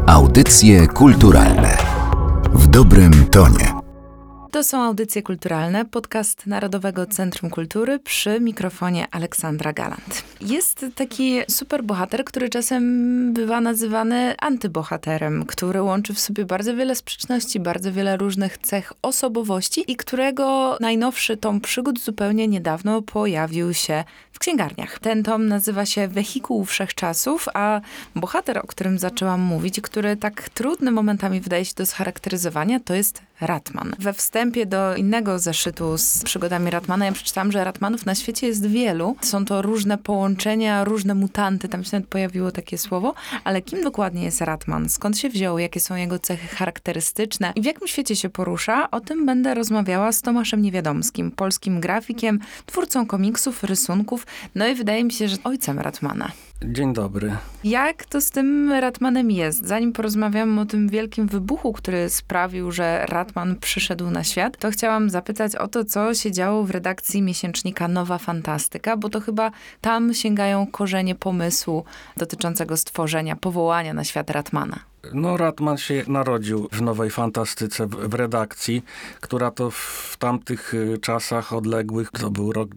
Audycje kulturalne w dobrym tonie. To są Audycje Kulturalne, podcast Narodowego Centrum Kultury, przy mikrofonie Aleksandra Galant. Jest taki superbohater, który czasem bywa nazywany antybohaterem, który łączy w sobie bardzo wiele sprzeczności, bardzo wiele różnych cech osobowości i którego najnowszy tom przygód zupełnie niedawno pojawił się w księgarniach. Ten tom nazywa się Wehikuł Wszechczasów, a bohater, o którym zaczęłam mówić, który tak trudny momentami wydaje się do scharakteryzowania, to jest Ratman. We wstępie do innego zeszytu z przygodami Ratmana ja przeczytałam, że Ratmanów na świecie jest wielu. Są to różne połączenia, różne mutanty, tam się nawet pojawiło takie słowo, ale kim dokładnie jest Ratman? Skąd się wziął? Jakie są jego cechy charakterystyczne? I w jakim świecie się porusza? O tym będę rozmawiała z Tomaszem Niewiadomskim, polskim grafikiem, twórcą komiksów, rysunków, no i wydaje mi się, że ojcem Ratmana. Dzień dobry. Jak to z tym Ratmanem jest? Zanim porozmawiamy o tym wielkim wybuchu, który sprawił, że Ratman przyszedł na świat, to chciałam zapytać o to, co się działo w redakcji miesięcznika Nowa Fantastyka, bo to chyba tam sięgają korzenie pomysłu dotyczącego stworzenia, powołania na świat Ratmana. No, Ratman się narodził w Nowej Fantastyce, w redakcji, która to w tamtych czasach odległych, to był rok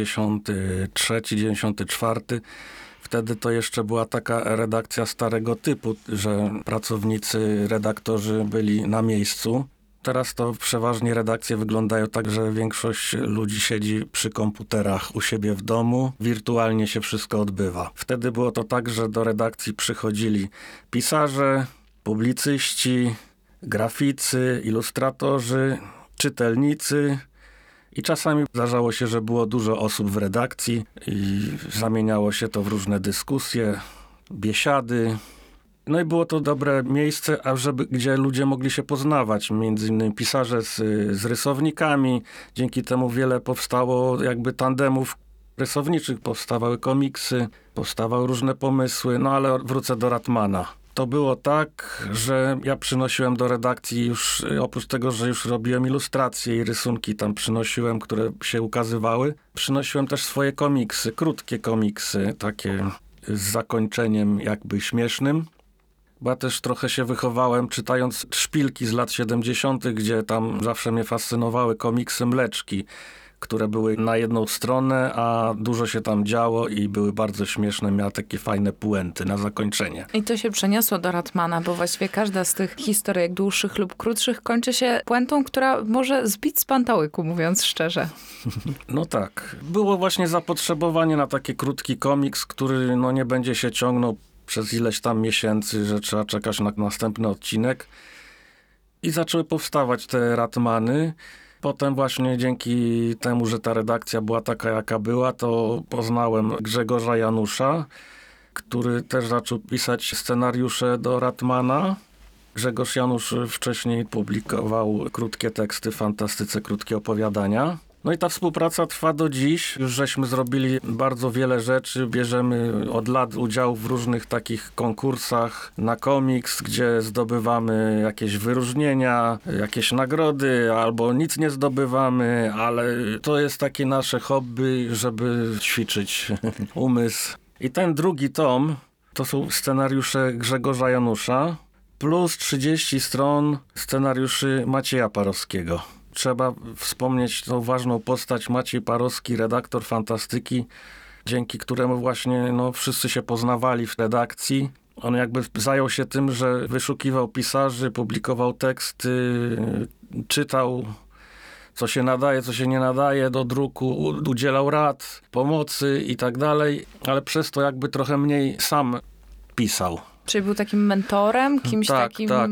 93, 94, wtedy to jeszcze była taka redakcja starego typu, że pracownicy, redaktorzy byli na miejscu. Teraz to przeważnie redakcje wyglądają tak, że większość ludzi siedzi przy komputerach u siebie w domu. Wirtualnie się wszystko odbywa. Wtedy było to tak, że do redakcji przychodzili pisarze, publicyści, graficy, ilustratorzy, czytelnicy. I czasami zdarzało się, że było dużo osób w redakcji i zamieniało się to w różne dyskusje, biesiady. No i było to dobre miejsce, gdzie ludzie mogli się poznawać, między innymi pisarze z rysownikami. Dzięki temu wiele powstało jakby tandemów rysowniczych, powstawały komiksy, powstawały różne pomysły, no ale wrócę do Ratmana. To było tak, że ja przynosiłem do redakcji już, oprócz tego, że już robiłem ilustracje i rysunki tam przynosiłem, które się ukazywały, przynosiłem też swoje komiksy, krótkie komiksy, takie z zakończeniem jakby śmiesznym. Bo ja też trochę się wychowałem czytając szpilki z lat 70., gdzie tam zawsze mnie fascynowały komiksy Mleczki, które były na jedną stronę, a dużo się tam działo i były bardzo śmieszne, miały takie fajne puenty na zakończenie. I to się przeniosło do Ratmana, bo właściwie każda z tych historyjek dłuższych lub krótszych kończy się puentą, która może zbić z pantałyku, mówiąc szczerze. No tak. Było właśnie zapotrzebowanie na taki krótki komiks, który no nie będzie się ciągnął przez ileś tam miesięcy, że trzeba czekać na następny odcinek. I zaczęły powstawać te Ratmany. Potem właśnie dzięki temu, że ta redakcja była taka, jaka była, to poznałem Grzegorza Janusza, który też zaczął pisać scenariusze do Ratmana. Grzegorz Janusz wcześniej publikował krótkie teksty w fantastyce, krótkie opowiadania. No i ta współpraca trwa do dziś. Już żeśmy zrobili bardzo wiele rzeczy. Bierzemy od lat udział w różnych takich konkursach na komiks, gdzie zdobywamy jakieś wyróżnienia, jakieś nagrody, albo nic nie zdobywamy, ale to jest takie nasze hobby, żeby ćwiczyć umysł. I ten drugi tom to są scenariusze Grzegorza Janusza plus 30 stron scenariuszy Macieja Parowskiego. Trzeba wspomnieć tą ważną postać Maciej Parowski, redaktor Fantastyki, dzięki któremu właśnie wszyscy się poznawali w redakcji. On jakby zajął się tym, że wyszukiwał pisarzy, publikował teksty, czytał, co się nadaje, co się nie nadaje do druku, udzielał rad, pomocy i tak dalej, ale przez to jakby trochę mniej sam pisał. Czyli był takim mentorem, kimś takim... Tak,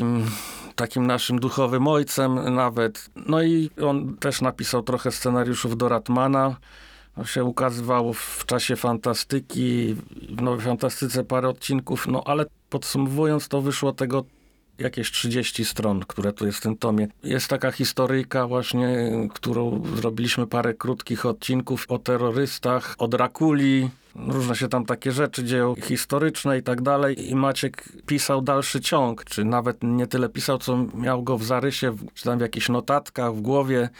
takim naszym duchowym ojcem nawet. No i on też napisał trochę scenariuszów do Ratmana. To się ukazywało w czasie fantastyki, w Nowej Fantastyce parę odcinków, ale podsumowując to wyszło tego jakieś 30 stron, które tu jest w tym tomie. Jest taka historyjka właśnie, którą zrobiliśmy parę krótkich odcinków o terrorystach, o Drakuli. Różne się tam takie rzeczy dzieją, historyczne i tak dalej. I Maciek pisał dalszy ciąg, czy nawet nie tyle pisał, co miał go w zarysie, czy tam w jakichś notatkach w głowie.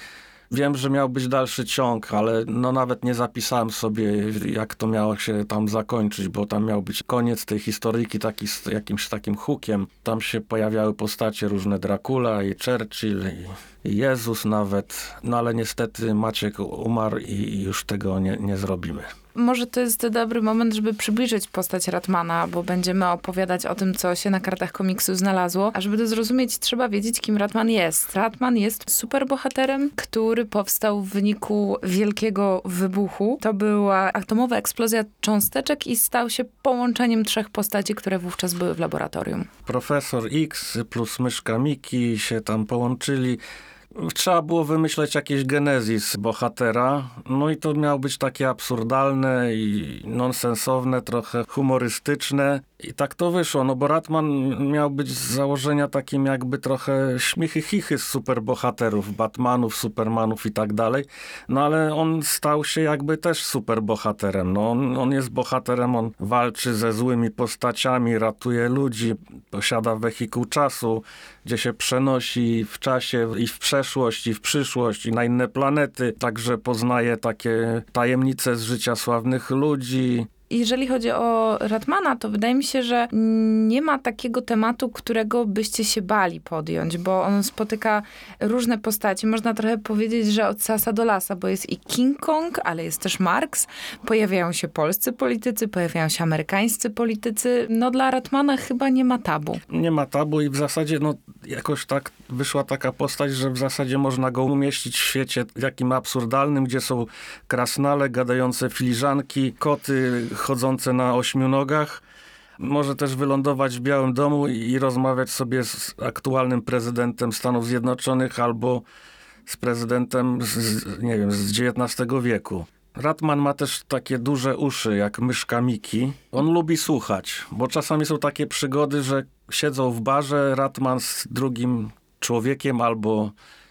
Wiem, że miał być dalszy ciąg, ale no nawet nie zapisałem sobie, jak to miało się tam zakończyć, bo tam miał być koniec tej historyjki taki z jakimś takim hookiem. Tam się pojawiały postacie różne, Dracula i Churchill i Jezus nawet, no ale niestety Maciek umarł i już tego nie zrobimy. Może to jest dobry moment, żeby przybliżyć postać Ratmana, bo będziemy opowiadać o tym, co się na kartach komiksu znalazło. A żeby to zrozumieć, trzeba wiedzieć, kim Ratman jest. Ratman jest superbohaterem, który powstał w wyniku wielkiego wybuchu. To była atomowa eksplozja cząsteczek i stał się połączeniem 3 postaci, które wówczas były w laboratorium. Profesor X plus myszka Miki się tam połączyli. Trzeba było wymyśleć jakieś genezis bohatera, no i to miało być takie absurdalne i nonsensowne, trochę humorystyczne. I tak to wyszło, no bo Ratman miał być z założenia takim jakby trochę śmichy-chichy z superbohaterów, Batmanów, Supermanów i tak dalej. No ale on stał się jakby też superbohaterem. No on jest bohaterem, on walczy ze złymi postaciami, ratuje ludzi, posiada wehikuł czasu, gdzie się przenosi w czasie i w przeszłość, i w przyszłość, i na inne planety. Także poznaje takie tajemnice z życia sławnych ludzi. Jeżeli chodzi o Ratmana, to wydaje mi się, że nie ma takiego tematu, którego byście się bali podjąć, bo on spotyka różne postaci. Można trochę powiedzieć, że od sasa do lasa, bo jest i King Kong, ale jest też Marx. Pojawiają się polscy politycy, pojawiają się amerykańscy politycy. No dla Ratmana chyba nie ma tabu. Nie ma tabu i w zasadzie no jakoś tak wyszła taka postać, że w zasadzie można go umieścić w świecie jakim absurdalnym, gdzie są krasnale, gadające filiżanki, koty chodzące na 8 nogach. Może też wylądować w Białym Domu i rozmawiać sobie z aktualnym prezydentem Stanów Zjednoczonych albo z prezydentem nie wiem, z XIX wieku. Ratman ma też takie duże uszy, jak myszka Miki. On lubi słuchać, bo czasami są takie przygody, że siedzą w barze Ratman z drugim człowiekiem albo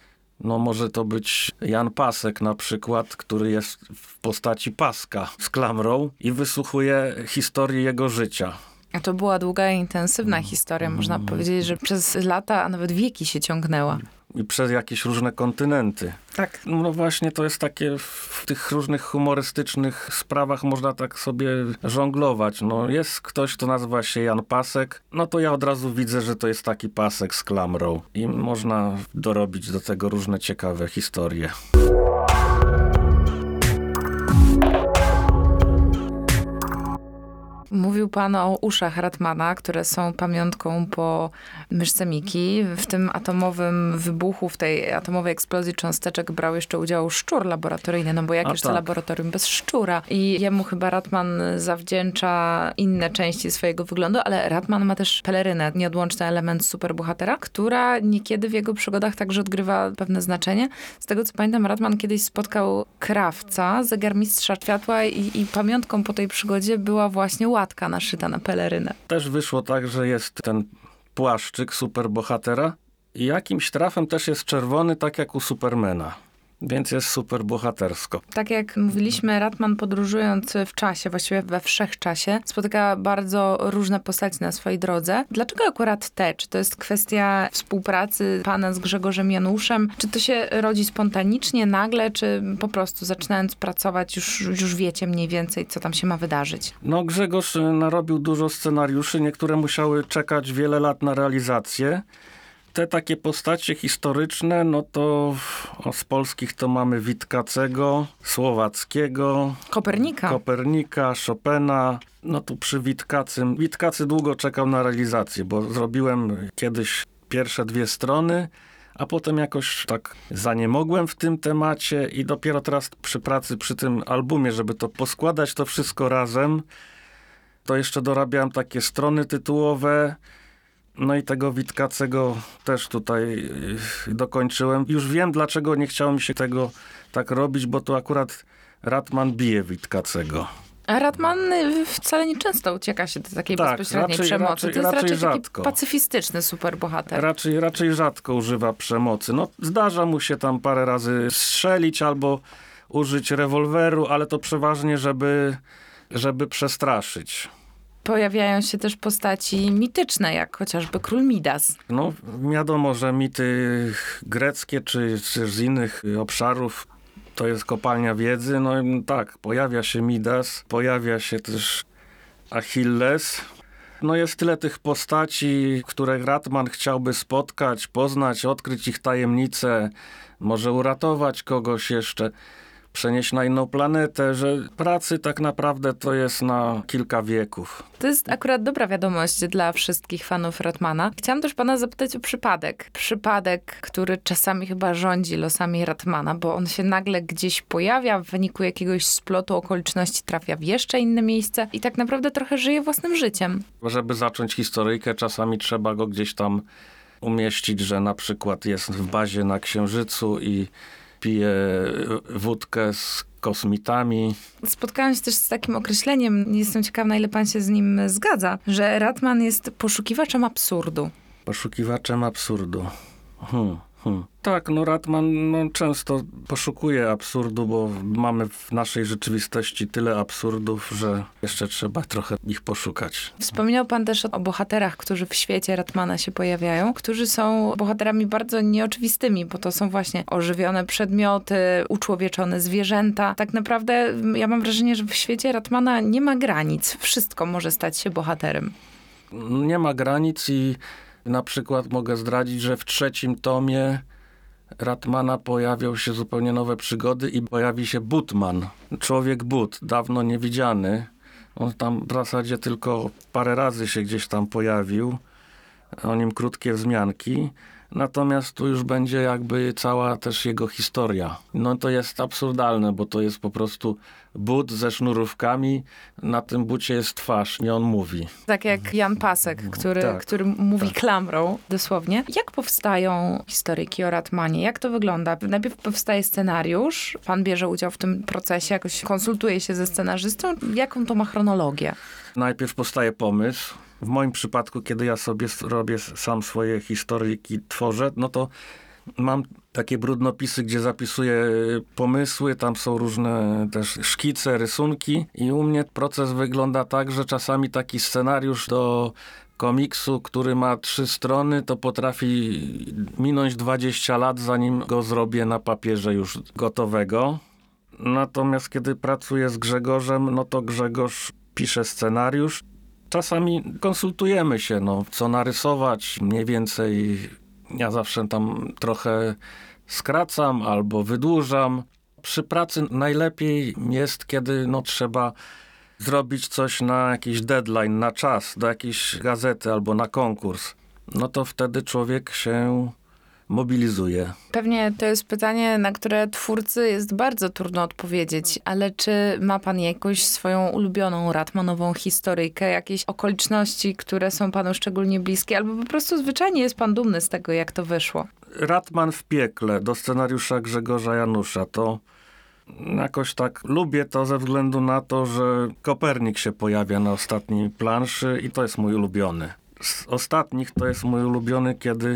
no może to być Jan Pasek na przykład, który jest w postaci paska z klamrą i wysłuchuje historii jego życia. A to była długa i intensywna historia. Można powiedzieć, że przez lata, a nawet wieki się ciągnęła. I przez jakieś różne kontynenty. Tak. No właśnie to jest takie, w tych różnych humorystycznych sprawach można tak sobie żonglować. No jest ktoś, kto nazywa się Jan Pasek, no to ja od razu widzę, że to jest taki pasek z klamrą. I można dorobić do tego różne ciekawe historie. Mówił pan o uszach Ratmana, które są pamiątką po myszce Miki. W tym atomowym wybuchu, w tej atomowej eksplozji cząsteczek brał jeszcze udział szczur laboratoryjny, no bo jakież to laboratorium bez szczura. I jemu chyba Ratman zawdzięcza inne części swojego wyglądu, ale Ratman ma też pelerynę, nieodłączny element superbohatera, która niekiedy w jego przygodach także odgrywa pewne znaczenie. Z tego co pamiętam, Ratman kiedyś spotkał krawca, zegarmistrza światła i pamiątką po tej przygodzie była właśnie łatka naszyta na pelerynę. Też wyszło tak, że jest ten płaszczyk superbohatera i jakimś trafem też jest czerwony, tak jak u Supermana. Więc jest super bohatersko. Tak jak mówiliśmy, Ratman podróżując w czasie, właściwie we wszechczasie, spotyka bardzo różne postaci na swojej drodze. Dlaczego akurat te? Czy to jest kwestia współpracy pana z Grzegorzem Januszem? Czy to się rodzi spontanicznie, nagle, czy po prostu zaczynając pracować już wiecie mniej więcej, co tam się ma wydarzyć? No Grzegorz narobił dużo scenariuszy, niektóre musiały czekać wiele lat na realizację. Te takie postacie historyczne, no to z polskich to mamy Witkacego, Słowackiego, Kopernika, Chopina. No tu przy Witkacy długo czekał na realizację, bo zrobiłem kiedyś pierwsze 2 strony, a potem jakoś tak zaniemogłem w tym temacie i dopiero teraz przy pracy przy tym albumie, żeby to poskładać to wszystko razem, to jeszcze dorabiałem takie strony tytułowe. No i tego Witkacego też tutaj dokończyłem. Już wiem, dlaczego nie chciało mi się tego tak robić, bo to akurat Ratman bije Witkacego. A Ratman wcale nie często ucieka się do takiej bezpośredniej przemocy. To jest raczej taki pacyfistyczny superbohater. Raczej rzadko używa przemocy. No, zdarza mu się tam parę razy strzelić albo użyć rewolweru, ale to przeważnie, żeby przestraszyć. Pojawiają się też postaci mityczne, jak chociażby król Midas. No, wiadomo, że mity greckie czy z innych obszarów to jest kopalnia wiedzy. No tak, pojawia się Midas, pojawia się też Achilles. No jest tyle tych postaci, które Ratman chciałby spotkać, poznać, odkryć ich tajemnice, może uratować kogoś jeszcze, przenieść na inną planetę, że pracy tak naprawdę to jest na kilka wieków. To jest akurat dobra wiadomość dla wszystkich fanów Ratmana. Chciałam też pana zapytać o przypadek. Przypadek, który czasami chyba rządzi losami Ratmana, bo on się nagle gdzieś pojawia, w wyniku jakiegoś splotu okoliczności trafia w jeszcze inne miejsce i tak naprawdę trochę żyje własnym życiem. Żeby zacząć historyjkę, czasami trzeba go gdzieś tam umieścić, że na przykład jest w bazie na Księżycu i pije wódkę z kosmitami. Spotkałam się też z takim określeniem, jestem ciekawa, na ile pan się z nim zgadza, że Ratman jest poszukiwaczem absurdu. Poszukiwaczem absurdu. Tak, no Ratman często poszukuje absurdu, bo mamy w naszej rzeczywistości tyle absurdów, że jeszcze trzeba trochę ich poszukać. Wspomniał pan też o bohaterach, którzy w świecie Ratmana się pojawiają, którzy są bohaterami bardzo nieoczywistymi, bo to są właśnie ożywione przedmioty, uczłowieczone zwierzęta. Tak naprawdę ja mam wrażenie, że w świecie Ratmana nie ma granic. Wszystko może stać się bohaterem. Nie ma granic i na przykład mogę zdradzić, że w 3. tomie Ratmana pojawią się zupełnie nowe przygody i pojawi się Butman. Człowiek But, dawno niewidziany. On tam w zasadzie tylko parę razy się gdzieś tam pojawił. O nim krótkie wzmianki. Natomiast tu już będzie jakby cała też jego historia. No to jest absurdalne, bo to jest po prostu but ze sznurówkami. Na tym bucie jest twarz, nie on mówi. Tak jak Jan Pasek, który mówi klamrą dosłownie. Jak powstają historyjki o Ratmanie? Jak to wygląda? Najpierw powstaje scenariusz, pan bierze udział w tym procesie, jakoś konsultuje się ze scenarzystą. Jaką to ma chronologię? Najpierw powstaje pomysł. W moim przypadku, kiedy ja sobie robię sam swoje historyjki, tworzę, no to mam takie brudnopisy, gdzie zapisuję pomysły, tam są różne też szkice, rysunki i u mnie proces wygląda tak, że czasami taki scenariusz do komiksu, który ma 3 strony, to potrafi minąć 20 lat, zanim go zrobię na papierze już gotowego. Natomiast kiedy pracuję z Grzegorzem, no to Grzegorz pisze scenariusz. Czasami konsultujemy się, co narysować, mniej więcej ja zawsze tam trochę skracam albo wydłużam. Przy pracy najlepiej jest, kiedy trzeba zrobić coś na jakiś deadline, na czas, do jakiejś gazety albo na konkurs. No to wtedy człowiek się mobilizuje. Pewnie to jest pytanie, na które twórcy jest bardzo trudno odpowiedzieć, ale czy ma pan jakąś swoją ulubioną Ratmanową historyjkę, jakieś okoliczności, które są panu szczególnie bliskie, albo po prostu zwyczajnie jest pan dumny z tego, jak to wyszło? Ratman w piekle do scenariusza Grzegorza Janusza to jakoś tak lubię to ze względu na to, że Kopernik się pojawia na ostatniej planszy i to jest mój ulubiony. Z ostatnich to jest mój ulubiony, kiedy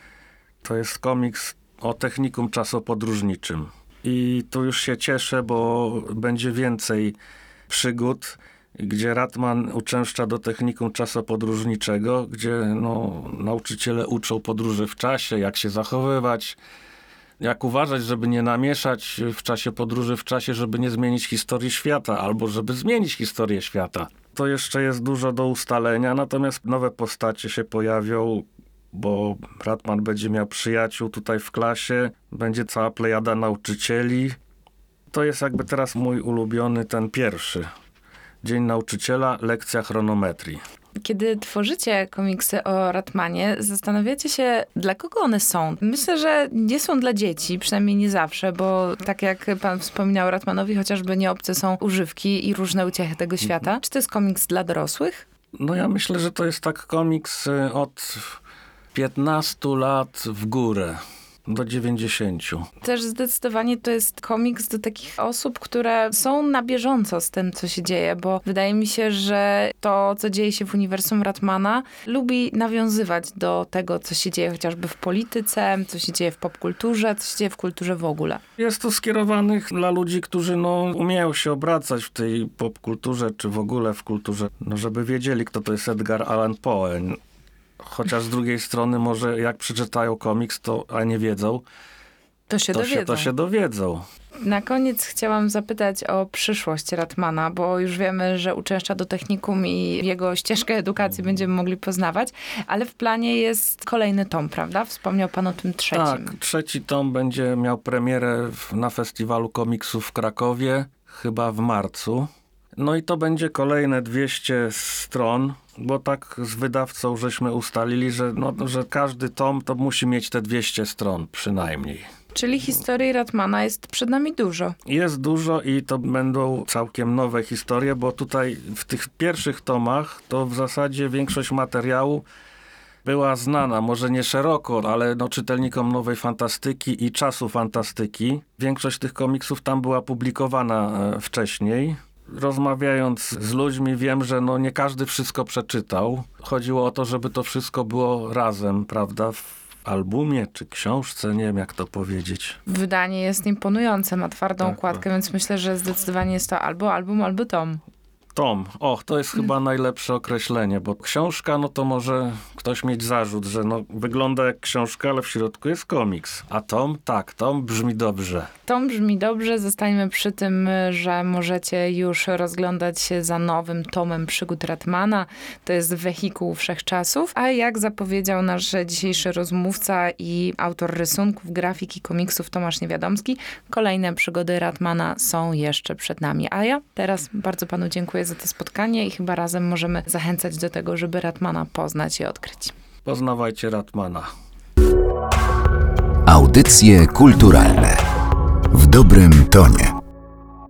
to jest komiks o technikum czasopodróżniczym. I tu już się cieszę, bo będzie więcej przygód, gdzie Ratman uczęszcza do technikum czasopodróżniczego, gdzie nauczyciele uczą podróży w czasie, jak się zachowywać, jak uważać, żeby nie namieszać w czasie podróży w czasie, żeby nie zmienić historii świata, albo żeby zmienić historię świata. To jeszcze jest dużo do ustalenia, natomiast nowe postacie się pojawią, bo Ratman będzie miał przyjaciół tutaj w klasie, będzie cała plejada nauczycieli. To jest jakby teraz mój ulubiony, ten pierwszy. Dzień nauczyciela, lekcja chronometrii. Kiedy tworzycie komiksy o Ratmanie, zastanawiacie się, dla kogo one są. Myślę, że nie są dla dzieci, przynajmniej nie zawsze, bo tak jak pan wspominał, Ratmanowi chociażby nieobce są używki i różne uciechy tego świata. Czy to jest komiks dla dorosłych? No ja myślę, że to jest tak komiks od 15 lat w górę. do 90. Też zdecydowanie to jest komiks do takich osób, które są na bieżąco z tym, co się dzieje, bo wydaje mi się, że to, co dzieje się w uniwersum Ratmana, lubi nawiązywać do tego, co się dzieje chociażby w polityce, co się dzieje w popkulturze, co się dzieje w kulturze w ogóle. Jest to skierowanych dla ludzi, którzy umieją się obracać w tej popkulturze, czy w ogóle w kulturze, żeby wiedzieli, kto to jest Edgar Allan Poe. Chociaż z drugiej strony może jak przeczytają komiks, a nie wiedzą, To się dowiedzą. Na koniec chciałam zapytać o przyszłość Ratmana, bo już wiemy, że uczęszcza do technikum i jego ścieżkę edukacji będziemy mogli poznawać, ale w planie jest kolejny tom, prawda? Wspomniał pan o tym trzecim. Tak, trzeci tom będzie miał premierę na Festiwalu Komiksów w Krakowie, chyba w marcu. No i to będzie kolejne 200 stron, bo tak z wydawcą żeśmy ustalili, że każdy tom to musi mieć te 200 stron przynajmniej. Czyli historii Ratmana jest przed nami dużo. Jest dużo i to będą całkiem nowe historie, bo tutaj w tych pierwszych tomach to w zasadzie większość materiału była znana, może nie szeroko, ale czytelnikom nowej fantastyki i czasu fantastyki. Większość tych komiksów tam była publikowana wcześniej. Rozmawiając z ludźmi wiem, że nie każdy wszystko przeczytał. Chodziło o to, żeby to wszystko było razem, prawda? W albumie czy książce, nie wiem jak to powiedzieć. Wydanie jest imponujące, ma twardą okładkę, tak. więc myślę, że zdecydowanie jest to albo album, albo tom. Tom. To jest chyba najlepsze określenie, bo książka, to może ktoś mieć zarzut, że wygląda jak książka, ale w środku jest komiks. A tom? Tak, tom brzmi dobrze. Tom brzmi dobrze. Zostańmy przy tym, że możecie już rozglądać się za nowym tomem przygód Ratmana. To jest Wehikuł Wszechczasów. A jak zapowiedział nasz dzisiejszy rozmówca i autor rysunków, grafiki, komiksów Tomasz Niewiadomski, kolejne przygody Ratmana są jeszcze przed nami. A ja teraz bardzo panu dziękuję za to spotkanie i chyba razem możemy zachęcać do tego, żeby Ratmana poznać i odkryć. Poznawajcie Ratmana. Audycje kulturalne w dobrym tonie.